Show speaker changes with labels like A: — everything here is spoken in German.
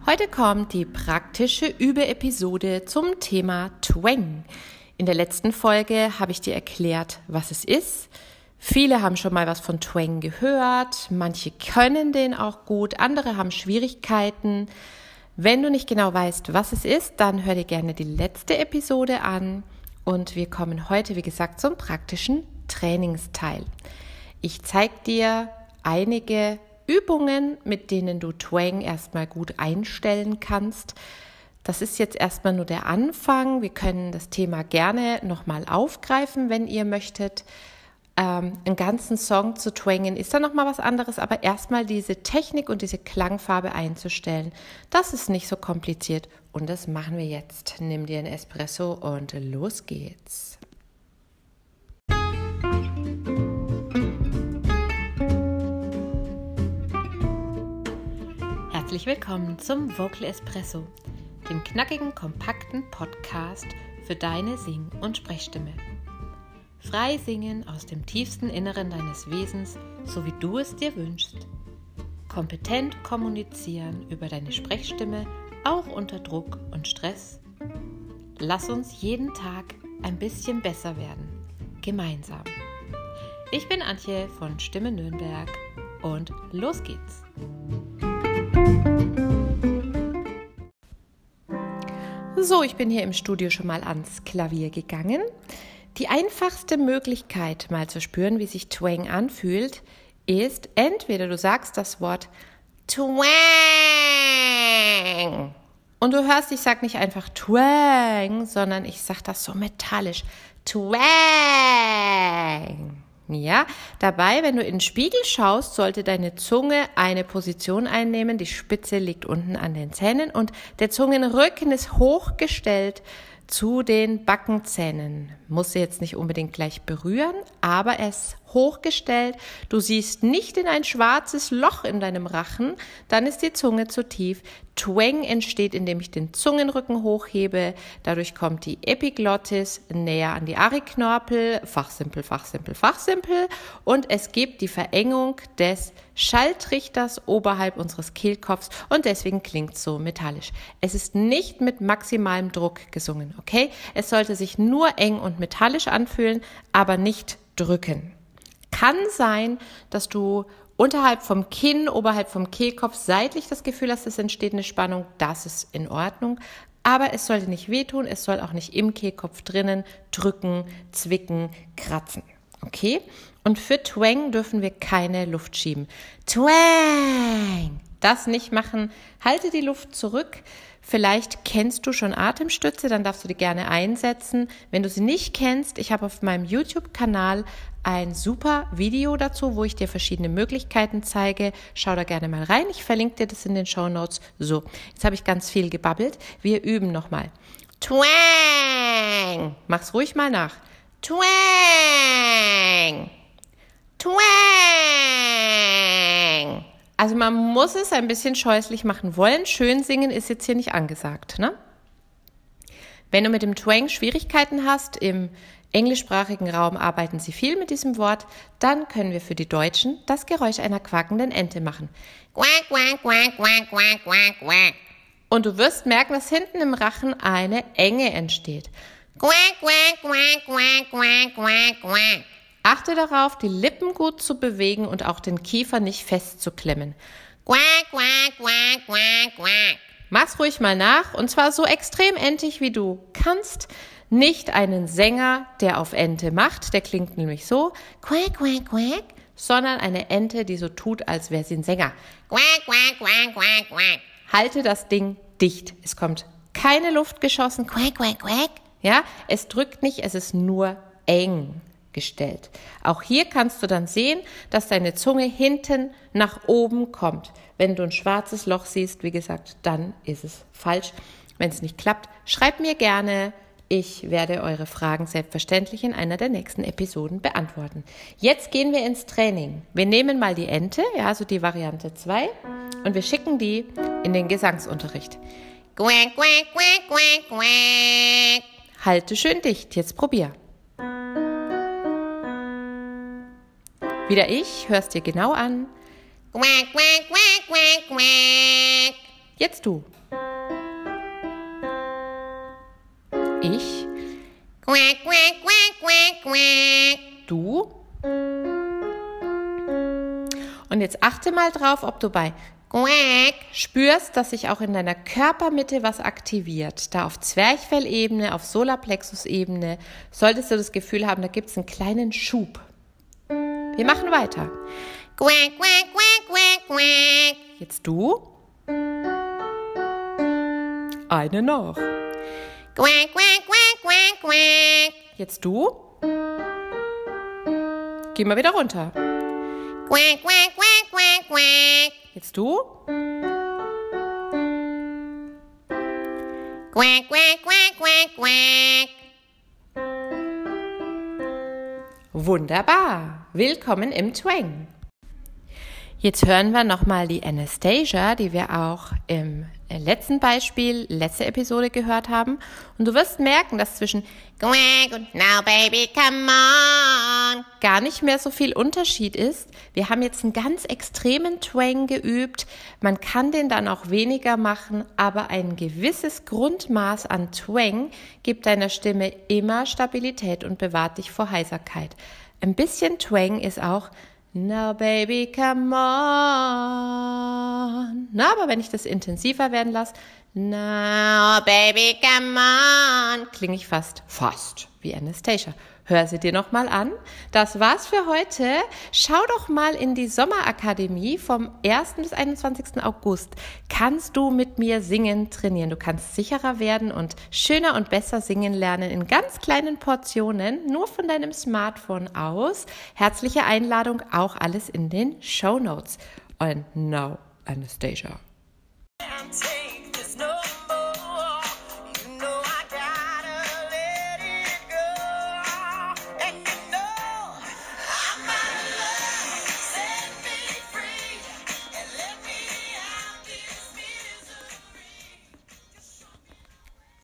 A: Heute kommt die praktische Übe-Episode zum Thema Twang. In der letzten Folge habe ich dir erklärt, was es ist. Viele haben schon mal was von Twang gehört, manche können den auch gut, andere haben Schwierigkeiten. Wenn du nicht genau weißt, was es ist, dann hör dir gerne die letzte Episode an und wir kommen heute, wie gesagt, zum praktischen Trainingsteil. Ich zeige dir einige Übungen, mit denen du Twang erstmal gut einstellen kannst. Das ist jetzt erstmal nur der Anfang. Wir können das Thema gerne nochmal aufgreifen, wenn ihr möchtet. Einen ganzen Song zu twangen ist dann nochmal was anderes, aber erstmal diese Technik und diese Klangfarbe einzustellen, das ist nicht so kompliziert und das machen wir jetzt. Nimm dir einen Espresso und los geht's. Herzlich willkommen zum Vocal Espresso, dem knackigen, kompakten Podcast für deine Sing- und Sprechstimme. Frei singen aus dem tiefsten Inneren deines Wesens, so wie du es dir wünschst. Kompetent kommunizieren über deine Sprechstimme, auch unter Druck und Stress. Lass uns jeden Tag ein bisschen besser werden, gemeinsam. Ich bin Antje von Stimme Nürnberg und los geht's! So, ich bin hier im Studio schon mal ans Klavier gegangen. Die einfachste Möglichkeit, mal zu spüren, wie sich Twang anfühlt, ist entweder du sagst das Wort Twang und du hörst, ich sage nicht einfach Twang, sondern ich sage das so metallisch, Twang. Ja, dabei, wenn du in den Spiegel schaust, sollte deine Zunge eine Position einnehmen. Die Spitze liegt unten an den Zähnen und der Zungenrücken ist hochgestellt zu den Backenzähnen. Musst du jetzt nicht unbedingt gleich berühren, aber er ist hochgestellt. Du siehst nicht in ein schwarzes Loch in deinem Rachen, dann ist die Zunge zu tief. Twang entsteht, indem ich den Zungenrücken hochhebe. Dadurch kommt die Epiglottis näher an die Ariknorpel, Fachsimpel. Und es gibt die Verengung des Schalltrichters oberhalb unseres Kehlkopfs und deswegen klingt es so metallisch. Es ist nicht mit maximalem Druck gesungen, okay? Es sollte sich nur eng und metallisch anfühlen, aber nicht drücken. Kann sein, dass du unterhalb vom Kinn, oberhalb vom Kehlkopf seitlich das Gefühl hast, es entsteht eine Spannung, das ist in Ordnung. Aber es sollte nicht wehtun, es soll auch nicht im Kehlkopf drinnen drücken, zwicken, kratzen. Okay? Und für Twang dürfen wir keine Luft schieben. Twang! Das nicht machen. Halte die Luft zurück. Vielleicht kennst du schon Atemstütze, dann darfst du die gerne einsetzen. Wenn du sie nicht kennst, ich habe auf meinem YouTube-Kanal ein super Video dazu, wo ich dir verschiedene Möglichkeiten zeige. Schau da gerne mal rein. Ich verlinke dir das in den Shownotes. So, jetzt habe ich ganz viel gebabbelt. Wir üben nochmal. Twang! Mach's ruhig mal nach. Twang! Twang! Also man muss es ein bisschen scheußlich machen wollen. Schön singen ist jetzt hier nicht angesagt, ne? Wenn du mit dem Twang Schwierigkeiten hast, im englischsprachigen Raum arbeiten sie viel mit diesem Wort, dann können wir für die Deutschen das Geräusch einer quakenden Ente machen. Quack, quack, quack, quack, quack, quack, quack. Und du wirst merken, dass hinten im Rachen eine Enge entsteht. Quack, quack, quack, quack, quack, quack, quack. Achte darauf, die Lippen gut zu bewegen und auch den Kiefer nicht festzuklemmen. Quack, quack, quack, quack, quack. Mach's ruhig mal nach und zwar so extrem entig, wie du kannst. Nicht einen Sänger, der auf Ente macht, der klingt nämlich so, quack, quack, quack, sondern eine Ente, die so tut, als wäre sie ein Sänger. Quack, quack, quack, quack, quack. Halte das Ding dicht. Es kommt keine Luft geschossen, quack, quack, quack. Ja, es drückt nicht, es ist nur eng gestellt. Auch hier kannst du dann sehen, dass deine Zunge hinten nach oben kommt. Wenn du ein schwarzes Loch siehst, wie gesagt, dann ist es falsch. Wenn es nicht klappt, schreib mir gerne. Ich werde eure Fragen selbstverständlich in einer der nächsten Episoden beantworten. Jetzt gehen wir ins Training. Wir nehmen mal die Ente, ja, also die Variante 2, und wir schicken die in den Gesangsunterricht. Quack, quack, quack, quack, quack. Halte schön dicht, jetzt probier. Wieder ich, hörst dir genau an. Quack, quack, quack, quack, quack. Jetzt du. Ich.
B: Quack, quack, quack, quack, quack.
A: Du. Und jetzt achte mal drauf, ob du bei
B: Quack
A: spürst, dass sich auch in deiner Körpermitte was aktiviert. Da auf Zwerchfellebene, auf Solarplexus-Ebene solltest du das Gefühl haben, da gibt es einen kleinen Schub. Wir machen weiter.
B: quack, quack, quack, quack, quack.
A: Jetzt du. Eine noch.
B: Quack, quack, quack, quack, quack.
A: Jetzt du. Geh mal wieder runter.
B: Quack, quack, quack, quack, quack.
A: Jetzt du.
B: Quack, quack, quack, quack, quack.
A: Wunderbar. Willkommen im Twang. Jetzt hören wir nochmal die Anastasia, die wir auch im letzten Beispiel, letzte Episode gehört haben. Und du wirst merken, dass zwischen
B: Quack und now baby, come on.
A: gar nicht mehr so viel Unterschied ist. Wir haben jetzt einen ganz extremen Twang geübt. Man kann den dann auch weniger machen, aber ein gewisses Grundmaß an Twang gibt deiner Stimme immer Stabilität und bewahrt dich vor Heiserkeit. Ein bisschen Twang ist auch Now baby, come on. Na, aber wenn ich das intensiver werden lasse,
B: Now baby, come on.
A: klinge ich fast wie Anastasia. Hör sie dir nochmal an. Das war's für heute. Schau doch mal in die Sommerakademie vom 1. bis 21. August. Kannst du mit mir singen trainieren? Du kannst sicherer werden und schöner und besser singen lernen in ganz kleinen Portionen, nur von deinem Smartphone aus. Herzliche Einladung, auch alles in den Shownotes. And now, Anastasia.
B: I'm